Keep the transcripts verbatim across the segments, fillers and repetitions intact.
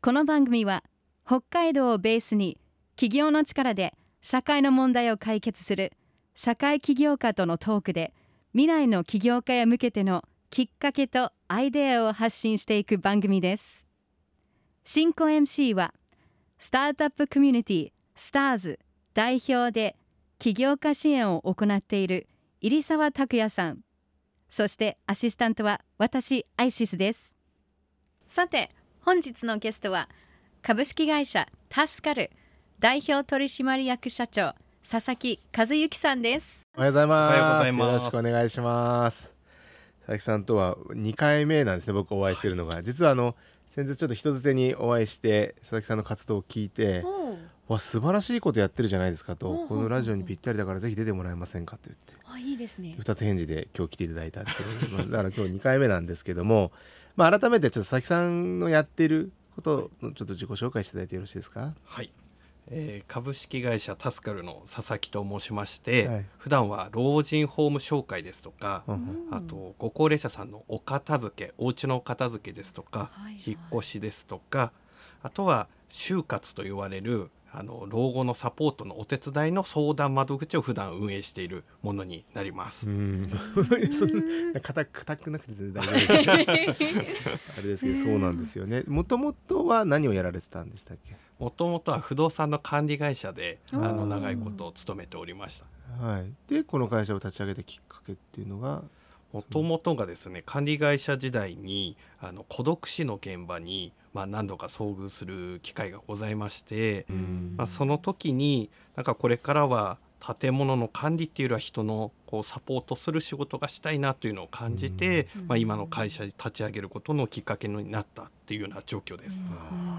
この番組は北海道をベースに企業の力で社会の問題を解決する社会起業家とのトークで、未来の起業家へ向けてのきっかけとアイデアを発信していく番組です。進行 エムシー はスタートアップコミュニティスターズ代表で起業家支援を行っている入澤拓也さん、そしてアシスタントは私アイシスです。さて、本日のゲストは株式会社タスカル代表取締役社長佐々木和之さんです。 おはようございます。 おはようございます。 よろしくお願いします。佐々木さんとはにかいめなんですね、僕お会いしてるのが、はい、実はあの先日ちょっと人づてにお会いして佐々木さんの活動を聞いて、わ素晴らしいことやってるじゃないですかと、このラジオにぴったりだからぜひ出てもらえませんかと言って、 あ、いいですね、 ふたつ返事で今日来ていただいたっていうだから今日にかいめなんですけども、まあ、改めてちょっと佐々木さんのやっていることのちょっと自己紹介していただいてよろしいですか。 はい、えー、株式会社タスカルの佐々木と申しまして、はい、普段は老人ホーム紹介ですとか、うん、あとご高齢者さんのお片付け、お家のお片付けですとか、はいはい、引っ越しですとか、あとは就活と言われるあの老後のサポートのお手伝いの相談窓口を普段運営しているものになります。 うん、そんな硬くなくて全然大丈夫ですあれですけど、そうなんですよね。もともとは何をやられてたんでしたっけ。 もともとは不動産の管理会社であの長いことを務めておりました。 はい、でこの会社を立ち上げたきっかけっていうのが、 もともとがですね、管理会社時代にあの孤独死の現場に、まあ、何度か遭遇する機会がございまして、まあ、その時になんかこれからは建物の管理っていうよりは人のこうサポートする仕事がしたいなというのを感じて、まあ、今の会社に立ち上げることのきっかけになったっていうような状況です。 うんうんうん、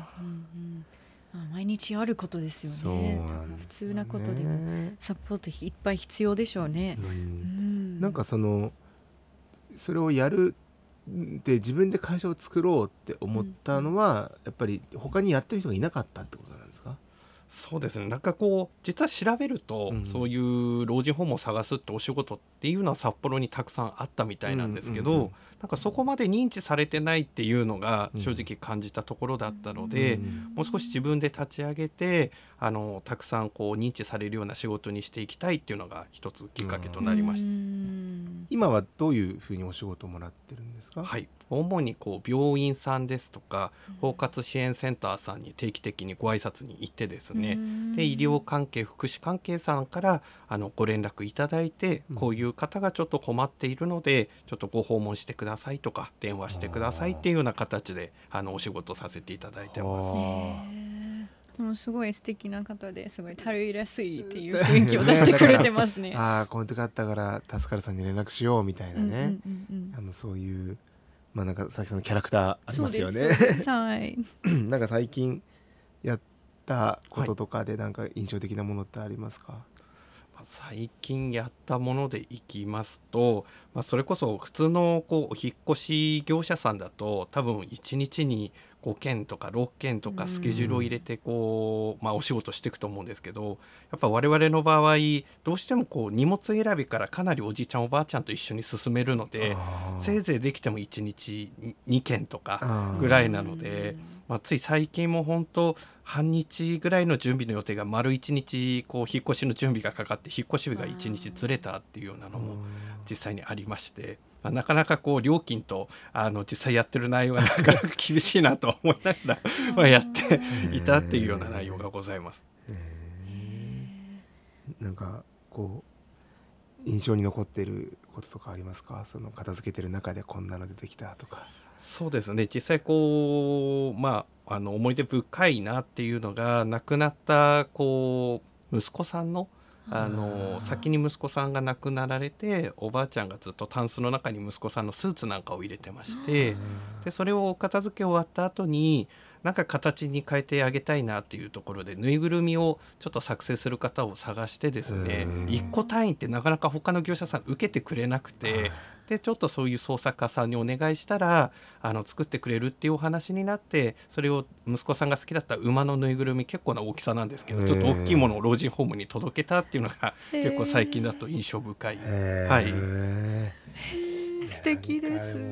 毎日あることですよね。 そうなんですね。 普通なことでもサポートいっぱい必要でしょうね。うんうん、 なんかそのそれをやるで自分で会社を作ろうって思ったのは、うん、やっぱり他にやってる人がいなかったってことなんですか。 そうですね、なんかこう実は調べると、うん、そういう老人ホームを探すってお仕事っていうのは札幌にたくさんあったみたいなんですけど、うんうんうん、なんかそこまで認知されてないっていうのが正直感じたところだったので、うん、もう少し自分で立ち上げてあのたくさんこう認知されるような仕事にしていきたいっていうのが一つきっかけとなりました。うん、 今はどういうふうにお仕事をもらってるんですか。 はい、主にこう病院さんですとか包括支援センターさんに定期的にご挨拶に行ってですね、で医療関係福祉関係さんからあのご連絡いただいて、こういう方がちょっと困っているのでちょっとご訪問してくださいとか電話してくださいっていうような形であのお仕事させていただいてます。 もうすごい素敵な方で、すごい頼りやすいっていう雰囲気を出してくれてますね。 ああ、こういう時あったからタスカルさんに連絡しようみたいなね、うんうんうんうん、あのそういうまあなんか佐々木さんのキャラクターありますよね。 はい、 なんか最近やったこととかでなんか印象的なものってありますか。 はい、最近やったものでいきますと、まあ、それこそ普通のこうお引っ越し業者さんだと多分いちにちにごけんとかろっけんとかスケジュールを入れてこう、まあ、お仕事していくと思うんですけど、やっぱ我々の場合どうしてもこう荷物選びからかなりおじいちゃんおばあちゃんと一緒に進めるので、せいぜいできてもいちにちにけんとかぐらいなので、まあ、つい最近も本当半日ぐらいの準備の予定が丸いちにちこう引っ越しの準備がかかって引っ越し日がいちにちずれたっていうようなのも実際にありまして、まあ、なかなかこう料金とあの実際やってる内容がなかなか厳しいなと思いながらまあやっていたっていうような内容がございます。 へー、なんかこう印象に残っていることとかありますか。その片付けてる中でこんなの出てきたとか。 そうですね、実際こう、まあ、あの思い出深いなっていうのが亡くなったこう息子さんのあの先に息子さんが亡くなられて、おばあちゃんがずっとタンスの中に息子さんのスーツなんかを入れてまして、でそれをお片付け終わった後になんか形に変えてあげたいなっていうところでぬいぐるみをちょっと作成する方を探してですね、いっこ単位ってなかなか他の業者さん受けてくれなくて、でちょっとそういう創作家さんにお願いしたらあの作ってくれるっていうお話になって、それを息子さんが好きだった馬のぬいぐるみ、結構な大きさなんですけどちょっと大きいものを老人ホームに届けたっていうのが結構最近だと印象深い。はい、 素敵です。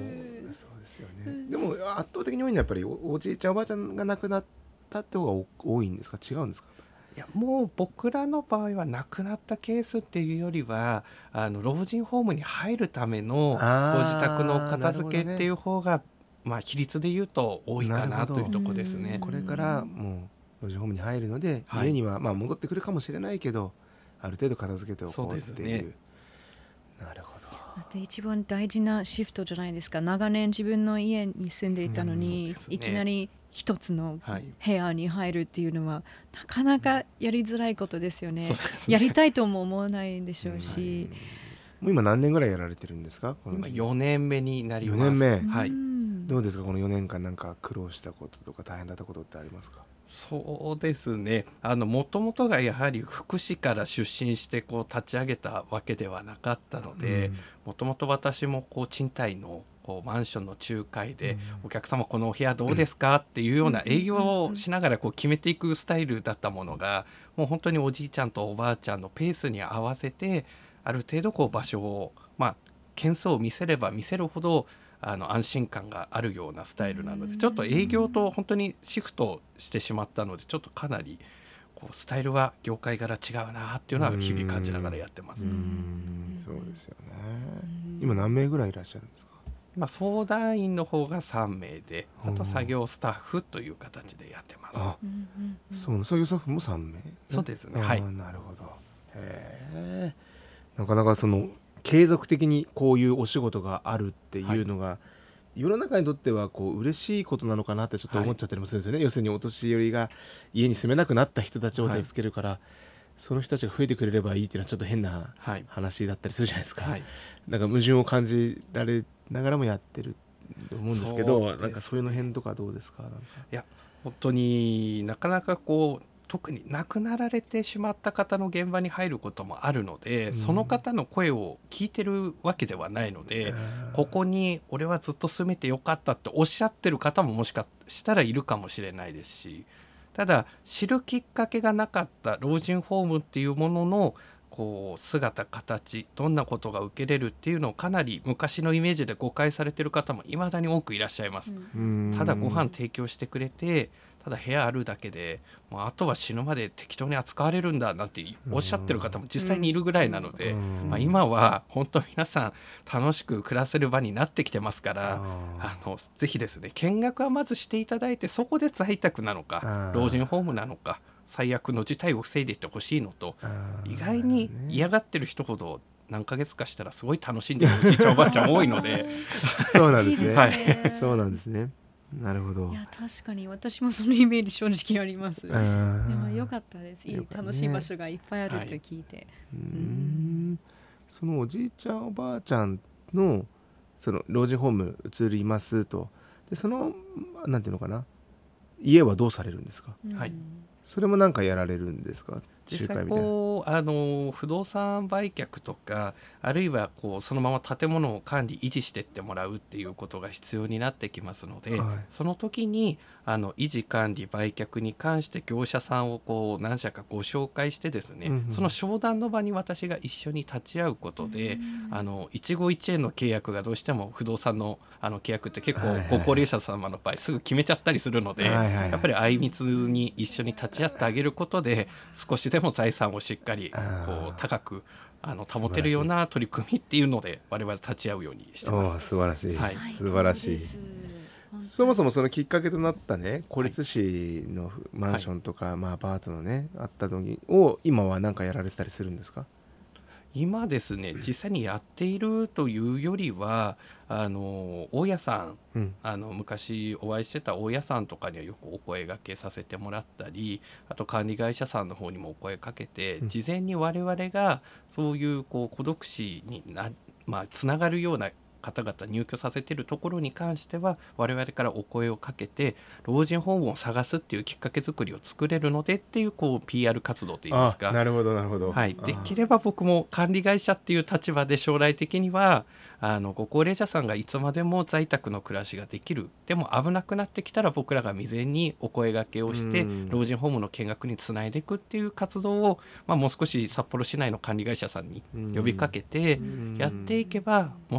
そうですよね。でも圧倒的に多いのはやっぱり お, おじいちゃんおばあちゃんが亡くなったって方が多いんですか、違うんですか。 いやもう僕らの場合は亡くなったケースっていうよりはあの老人ホームに入るためのご自宅の片付けっていう方が、ね、まあ比率で言うと多いかなというところですね。 これからもう老人ホームに入るので、はい、家にはまあ戻ってくるかもしれないけどある程度片付けておこうっていう、ね、なるほど。 だって一番大事なシフトじゃないですか。長年自分の家に住んでいたのに、うんね、いきなり一つの部屋に入るっていうのは、はい、なかなかやりづらいことですよね。うん、やりたいとも思わないでしょうし、 うん、もう今何年ぐらいやられてるんですか。この今よねんめになります。 よねんめ、 はい、 どうですかこのよねんかん、なんか苦労したこととか大変だったことってありますか。 そうですね、あのもともとがやはり福祉から出身してこう立ち上げたわけではなかったので、もともと私もこう賃貸のこうマンションの仲介で、うん、お客様このお部屋どうですかっていうような営業をしながらこう決めていくスタイルだったものが、もう本当におじいちゃんとおばあちゃんのペースに合わせてある程度こう場所をまあ件数を見せれば見せるほどあの安心感があるようなスタイルなので、ちょっと営業と本当にシフトしてしまったので、ちょっとかなりこうスタイルは業界から違うなっていうのは日々感じながらやってます。 うーん、そうですよね。今何名ぐらいいらっしゃるんですか。 今相談員の方がさんめいで、あと作業スタッフという形でやってます。 あ、そう、作業スタッフもさんめい。 そうですね。はい。 なるほど。へえ。なかなかその継続的にこういうお仕事があるっていうのが、はい、世の中にとってはこう嬉しいことなのかなってちょっと思っちゃったりもするんですよね。はい、要するにお年寄りが家に住めなくなった人たちを助けるから、はい、その人たちが増えてくれればいいっていうのはちょっと変な話だったりするじゃないですか。はい、なんか矛盾を感じられながらもやってると思うんですけど、なんかそういうの辺とかどうですか。なんかいや本当になかなかこう特に亡くなられてしまった方の現場に入ることもあるので、うん、その方の声を聞いてるわけではないので、ここに俺はずっと住めてよかったっておっしゃってる方ももしかしたらいるかもしれないですし、ただ知るきっかけがなかった老人ホームっていうもののこう姿形、どんなことが受けれるっていうのをかなり昔のイメージで誤解されてる方もいまだに多くいらっしゃいます。うん、ただご飯提供してくれて、ただ部屋あるだけでもうあとは死ぬまで適当に扱われるんだなんておっしゃってる方も実際にいるぐらいなので、まあ、今は本当皆さん楽しく暮らせる場になってきてますから、あのぜひですね見学はまずしていただいて、そこで在宅なのか老人ホームなのか最悪の事態を防いでいってほしいのと、意外に嫌がってる人ほど何ヶ月かしたらすごい楽しんでるおじいちゃんおばあちゃん多いのでそうなんですね。 はい、 そうなんですね。なるほど。 いや確かに私もそのイメージ正直あります。でも良かったです。いい、楽しい場所がいっぱいあるって聞いて、はい、 うーん、そのおじいちゃんおばあちゃんのその老人ホーム移りますと、でそのなんていうのかな、家はどうされるんですか。 はい、 それもなんかやられるんですか。 実際こうあの不動産売却とか、あるいはこうそのまま建物を管理維持してってもらうっていうことが必要になってきますので、はい、その時にあの維持管理売却に関して業者さんをこう何社かご紹介してですね、うんうん、その商談の場に私が一緒に立ち会うことで、あの一期一会の契約がどうしても不動産のあの契約って結構ご高齢者様の場合すぐ決めちゃったりするので、はいはいはい、やっぱりあいみつに一緒に立ち会ってあげることで少しでも財産をしっかりこう高くあの保てるような取り組みっていうので我々立ち会うようにしてます。 素晴らしい、はい、素晴らしい。そもそもそのきっかけとなったね、孤立死のマンションとか、はい、まあ、アパートのねあった時を今は何かやられてたりするんですか。 今ですね実際にやっているというよりはあの大家さん、うん、あの昔お会いしてた大家さんとかにはよくお声掛けさせてもらったり、あと管理会社さんの方にもお声かけて、うん、事前に我々がそういうこう孤独死にな、まあ、つながるような方々入居させているところに関しては我々からお声をかけて老人ホームを探すっていうきっかけ作りを作れるのでっていうこう ピーアール 活動といいますか。 なるほどなるほど、 はい、できれば僕も管理会社っていう立場で将来的にはあのご高齢者さんがいつまでも在宅の暮らしができる、でも危なくなってきたら僕らが未然にお声掛けをして老人ホームの見学につないでいくっていう活動を、まあ、もう少し札幌市内の管理会社さんに呼びかけてやっていけばもっと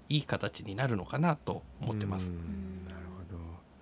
いい形になるのかなと思ってます。 なるほど。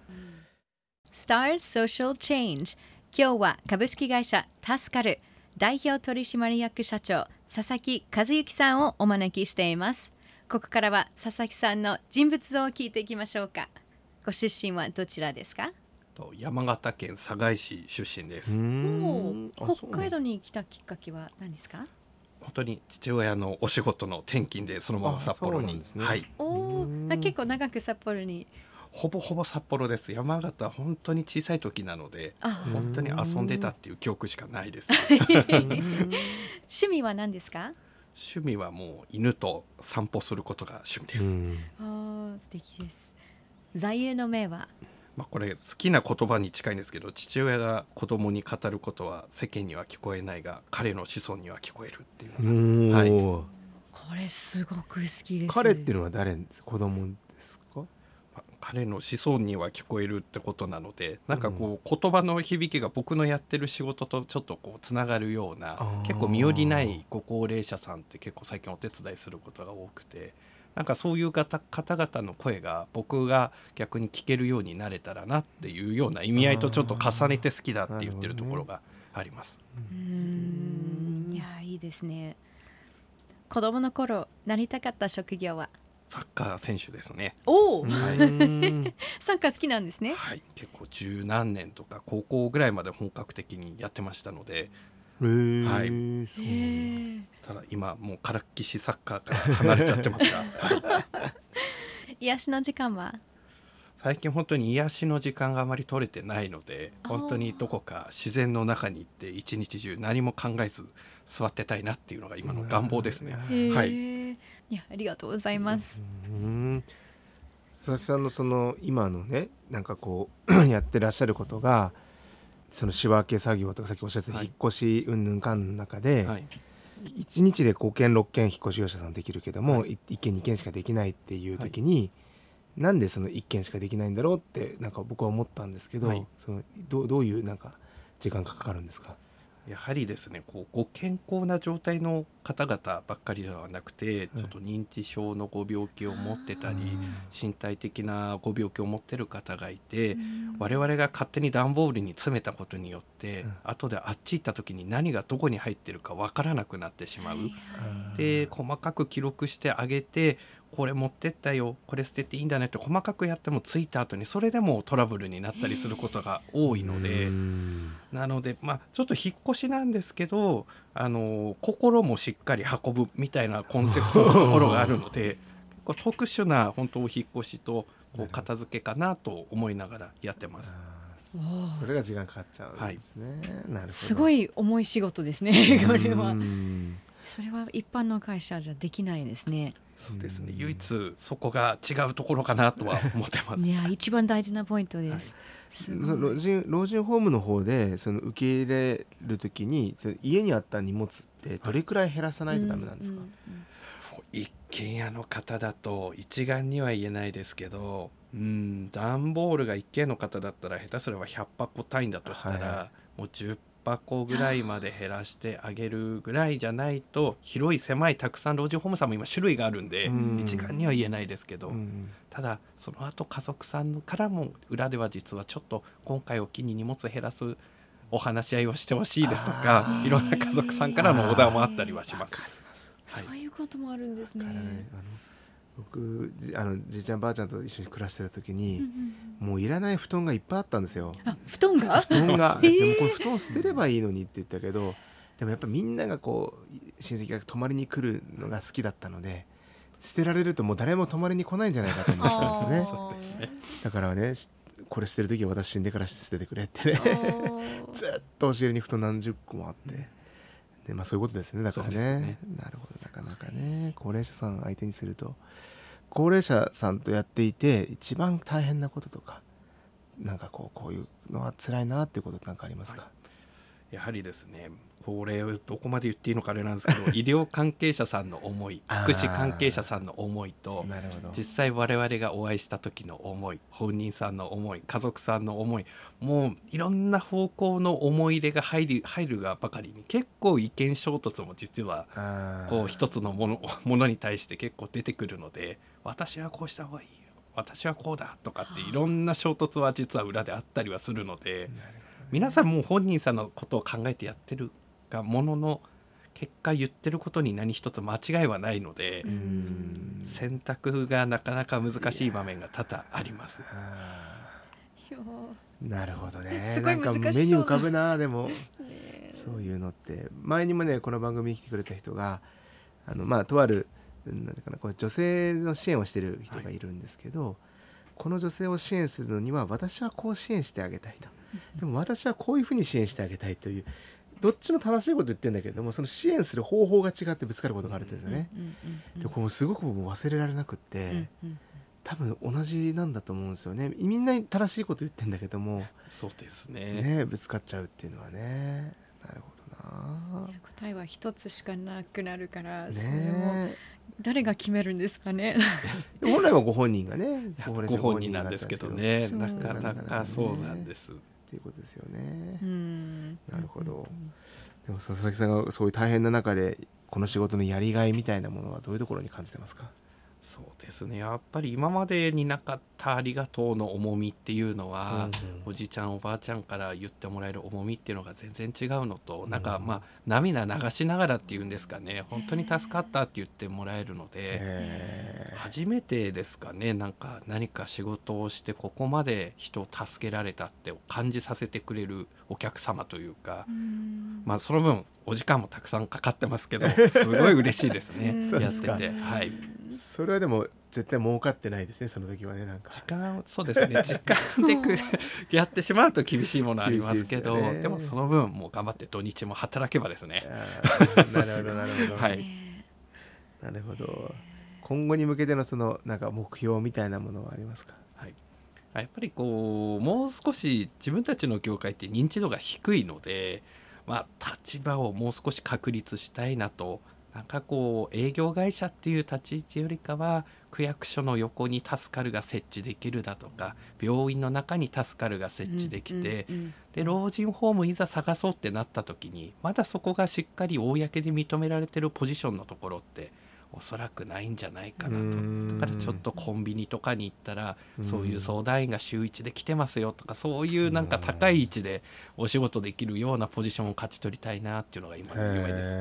Stars Social Change、 今日は株式会社タスカル代表取締役社長佐々木和之さんをお招きしています。ここからは佐々木さんの人物像を聞いていきましょうか。ご出身はどちらですか？ 山形県寒河江市出身です。 北海道に来たきっかけは何ですか？ 本当に父親のお仕事の転勤でそのまま札幌に、 ね、 はい、 お結構長く札幌に。 ほぼほぼ札幌です。山形本当に小さい時なので本当に遊んでたっていう記憶しかないです趣味は何ですか？ 趣味はもう犬と散歩することが趣味です。 あ、素敵です。座右の銘は？ まあ、これ好きな言葉に近いんですけど、父親が子供に語ることは世間には聞こえないが彼の子孫には聞こえるっていうのが、はい、 これすごく好きです。 彼っていうのは誰ですか？子供ですか？ まあ、彼の子孫には聞こえるってことなので、なんかこう言葉の響きが僕のやってる仕事とちょっとこうつながるような、結構身寄りないご高齢者さんって結構最近お手伝いすることが多くて、なんかそういう方々の声が僕が逆に聞けるようになれたらなっていうような意味合いとちょっと重ねて好きだって言ってるところがあります。 うーん、いやいいですね。子供の頃なりたかった職業は？ サッカー選手ですね。 おお、 はい、 サッカー好きなんですね。 はい、結構十何年とか高校ぐらいまで本格的にやってましたので、 へー、 はい、 そうなんだ。 ただ今もうからっきしサッカーから離れちゃってますが、はい、 癒しの時間は？ 最近本当に癒しの時間があまり取れてないので、本当にどこか自然の中に行って一日中何も考えず座ってたいなっていうのが今の願望ですね。はい、 いや、ありがとうございます。 うん、佐々木さんのその今のね、なんかこうやってらっしゃることが、その仕分け作業とかさっきおっしゃってた引っ越しうんぬんかんの中で、はい、いちにちでごけんろっけん引っ越し業者さんできるけども、はい、いっけんにけんしかできないっていう時に、はい、なんでそのいっけんしかできないんだろうってなんか僕は思ったんですけど、はい、その ど, どういうなんか時間がかかるんですか？ やはりですね、こうご健康な状態の方々ばっかりではなくて、ちょっと認知症のご病気を持ってたり、身体的なご病気を持ってる方がいて、我々が勝手に段ボールに詰めたことによって、後であっち行った時に何がどこに入ってるか分からなくなってしまう。で、細かく記録してあげて、これ持ってったよ、これ捨てていいんだねって細かくやっても着いた後にそれでもトラブルになったりすることが多いので、なので、まあ、ちょっと引っ越しなんですけど、あの心もしっかり運ぶみたいなコンセプトのところがあるので結構特殊な本当お引っ越しとこう片付けかなと思いながらやってます。 それが時間かかっちゃうんですね。はい、なるほど。 すごい重い仕事ですねこれは。それは一般の会社じゃできないですね。 そうですね、唯一そこが違うところかなとは思ってます。 いや、一番大事なポイントです。 はい、老人、老人ホームの方でその受け入れるときにその家にあった荷物ってどれくらい減らさないとダメなんですか？はい、 うんうん、一軒家の方だと一概には言えないですけど、うん、段ボールが一軒の方だったら下手すればひゃっぱこ単位だとしたら、はい、もうじゅっぱこぐらいまで減らしてあげるぐらいじゃないと、広い狭いたくさん老人ホームさんも今種類があるんで、うん、一概には言えないですけど、うん、ただその後家族さんからも裏では実はちょっと今回を機に荷物減らすお話し合いをしてほしいですとか、いろんな家族さんからのオーダーもあったりはします。 はい、そういうこともあるんですね。 僕あのじいちゃんばあちゃんと一緒に暮らしてた時に、うんうん、もういらない布団がいっぱいあったんですよ。 あ、布団が布団が、えー、でもこれ布団捨てればいいのにって言ったけど、でもやっぱみんながこう親戚が泊まりに来るのが好きだったので、捨てられるともう誰も泊まりに来ないんじゃないかと思っちゃうんですね。そうですね。だからね、これ捨てる時は私死んでから捨ててくれってねずっと押し入れに布団何十個もあって、で、まあ、そういうことですね。だから ね, ねなるほど、なかなかね高齢者さん相手にすると、高齢者さんとやっていて一番大変なこととか、なんかこうこういうのは辛いなっていうことって何かありますか？ はい、やはりですね、 これどこまで言っていいのかあれなんですけど医療関係者さんの思い福祉関係者さんの思いと実際我々がお会いした時の思い本人さんの思い家族さんの思いもういろんな方向の思い入れが入る、入るがばかりに結構意見衝突も実はこう一つのもの、ものに対して結構出てくるので私はこうした方がいい私はこうだとかっていろんな衝突は実は裏であったりはするので皆さんもう本人さんのことを考えてやってるがものの結果言ってることに何一つ間違いはないので選択がなかなか難しい場面が多々あります。 なるほどね。なんか目に浮かぶな。でもそういうのって前にもねこの番組に来てくれた人があのまあとあるなんかなこう女性の支援をしてる人がいるんですけど、はい、この女性を支援するのには私はこう支援してあげたいと、でも私はこういうふうに支援してあげたいというどっちも正しいこと言ってるんだけれどもその支援する方法が違ってぶつかることがあるとですよね。でこれすごく僕忘れられなくって、多分同じなんだと思うんですよね。みんな正しいこと言ってるんだけどもそうですね、 ねぶつかっちゃうっていうのはね。なるほどな。 答えは一つしかなくなるから、ね、それも誰が決めるんですかね。 本来はご本人がねご本人なんですけどねなかなかそうなんですっていうことですよね。 うん、 なるほど。でも佐々木さんがそういう大変な中でこの仕事のやりがいみたいなものはどういうところに感じてますか？ そうですねやっぱり今までになかったありがとうの重みっていうのは、うんうん、おじいちゃんおばあちゃんから言ってもらえる重みっていうのが全然違うのと、うん、なんかまあ涙流しながらっていうんですかね本当に助かったって言ってもらえるので初めてですかねなんか何か仕事をしてここまで人を助けられたって感じさせてくれるお客様というか、うん、まあその分お時間もたくさんかかってますけどすごい嬉しいですねやってて、はい、 それはでも絶対儲かってないですねその時はね。なんか時間そうですね時間でくやってしまうと厳しいものありますけど で,、ね、でもその分もう頑張って土日も働けばですね。 なるほどなるほど、はい、なるほど。今後に向けてのそのなんか目標みたいなものはありますか？ はい、やっぱりこうもう少し自分たちの業界って認知度が低いので、まあ、立場をもう少し確立したいなと。なんかこう営業会社っていう立ち位置よりかは区役所の横に助かるが設置できるだとか病院の中に助かるが設置できて、うんうんうん、で老人ホームいざ探そうってなった時にまだそこがしっかり公で認められてるポジションのところっておそらくないんじゃないかなと。だからちょっとコンビニとかに行ったらそういう相談員が週一で来てますよとかそういうなんか高い位置でお仕事できるようなポジションを勝ち取りたいなっていうのが今の夢です。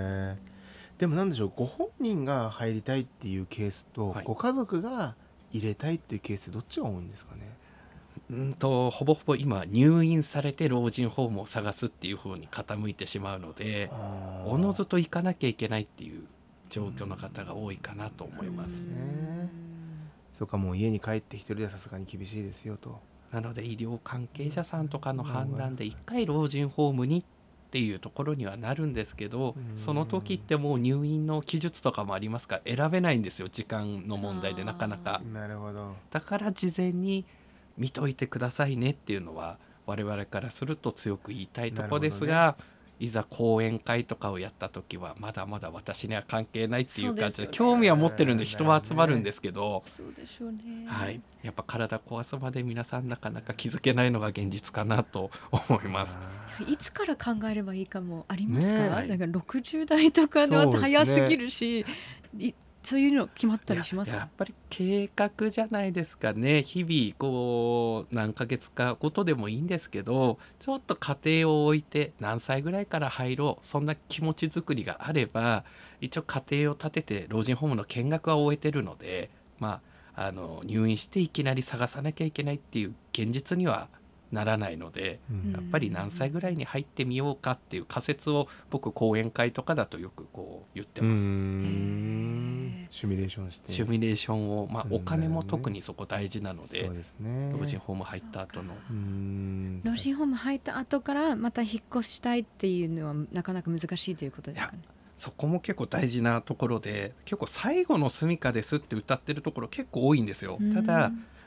でもなんでしょうご本人が入りたいっていうケースと、はい、ご家族が入れたいっていうケースどっちが多いんですかね？ うんとほぼほぼ今入院されて老人ホームを探すっていう風に傾いてしまうのでおのずと行かなきゃいけないっていう状況の方が多いかなと思います、ね、 そうかもう家に帰って一人ではさすがに厳しいですよと。 なので医療関係者さんとかの判断で一回老人ホームにっていうところにはなるんですけどその時ってもう入院の記述とかもありますから選べないんですよ時間の問題でなかなか。 なるほど。 だから事前に見といてくださいねっていうのは我々からすると強く言いたいところですが、ね、いざ講演会とかをやった時はまだまだ私には関係ないっていう感じで、ね、興味は持ってるんで人は集まるんですけど、 そうでしょうね、 はい、やっぱ体壊すまで皆さんなかなか気づけないのが現実かなと思います。 いつから考えればいいかもありますか？ね、だからろくじゅう代とかでは早すぎるし、ね、そういうの決まったりしますか？ や, やっぱり計画じゃないですかね。日々こう何ヶ月かごとでもいいんですけどちょっと家庭を置いて何歳ぐらいから入ろうそんな気持ち作りがあれば一応家庭を立てて老人ホームの見学は終えてるので、まあ、あの入院していきなり探さなきゃいけないっていう現実にはならないので、うん、やっぱり何歳ぐらいに入ってみようかっていう仮説を僕講演会とかだとよくこう言ってます。うーんシミュレーションしてシミュレーションを、まあ、お金も特にそこ大事なので、 そうですね、 老人ホーム入った後のうーん老人ホーム入った後からまた引っ越したいっていうのはなかなか難しいということですかね？ そこも結構大事なところで結構最後の住処ですって歌ってるところ結構多いんですよ。ただ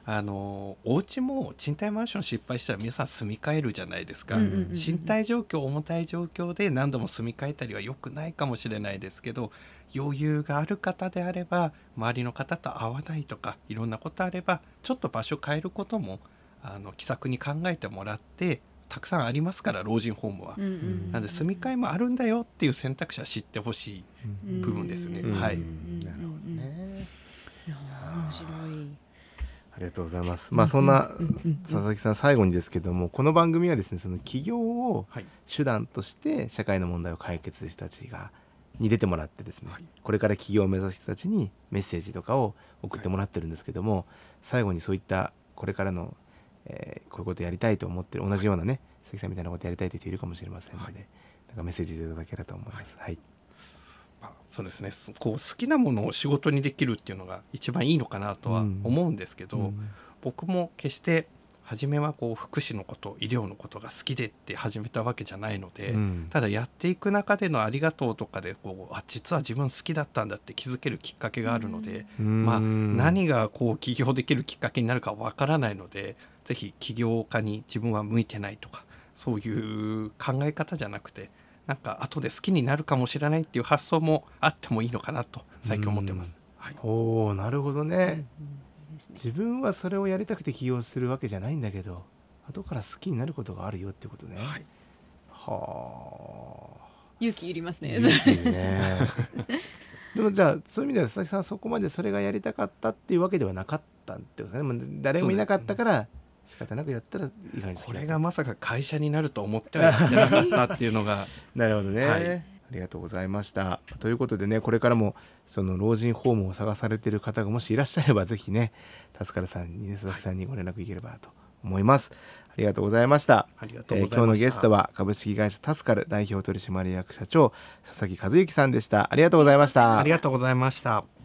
あのお家も賃貸マンション失敗したら皆さん住み替えるじゃないですか、 うんうんうんうん、 身体状況重たい状況で何度も住み替えたりは良くないかもしれないですけど、余裕がある方であれば周りの方と会わないとかいろんなことあればちょっと場所変えることもあの気さくに考えてもらって、たくさんありますから老人ホームは、 うんうん、 なので住み替えもあるんだよっていう選択肢は知ってほしい部分ですね、 うん、 はい、 なるほどね。 いや面白い。 ありがとうございます。まあそんな佐々木さん、最後にですけども、この番組はですね、その起業を手段として社会の問題を解決する人たちがに出てもらってですね、はい、これから起業を目指す人たちにメッセージとかを送ってもらってるんですけども、はい、最後にそういったこれからの、えー、こういうことやりたいと思ってる同じようなね、佐々木さんみたいなことやりたいという人いるかもしれませんので、はい、なんかメッセージいただければと思います。はい、はい、 まあ、そうですね、こう好きなものを仕事にできるっていうのが一番いいのかなとは思うんですけど、うんうん、僕も決して初めはこう福祉のこと医療のことが好きでって始めたわけじゃないので、うん、ただやっていく中でのありがとうとかでこうあ実は自分好きだったんだって気づけるきっかけがあるので、うん、まあ、何がこう起業できるきっかけになるかわからないので、ぜひ起業家に自分は向いてないとかそういう考え方じゃなくて、なんか後で好きになるかもしれないっていう発想もあってもいいのかなと最近思ってます。はい、 おー、なるほどね。自分はそれをやりたくて起業するわけじゃないんだけど、後から好きになることがあるよってことね。はい、はあ、 勇気いりますね。 勇気いるねでもじゃあそういう意味では佐々木さんはそこまでそれがやりたかったっていうわけではなかったってことね。誰もいなかったから仕方なくやったら意外に好きだった。 これがまさか会社になると思ってはやってなかったっていうのがなるほどね、 はい、 ありがとうございました。ということでね、これからもその老人ホームを探されている方がもしいらっしゃれば、ぜひねタスカルさんにね佐々木さんにご連絡いければと思います。ありがとうございました。 ありがとうございました。 えー、今日のゲストは株式会社タスカル代表取締役社長佐々木和之さんでした。ありがとうございました。 ありがとうございました。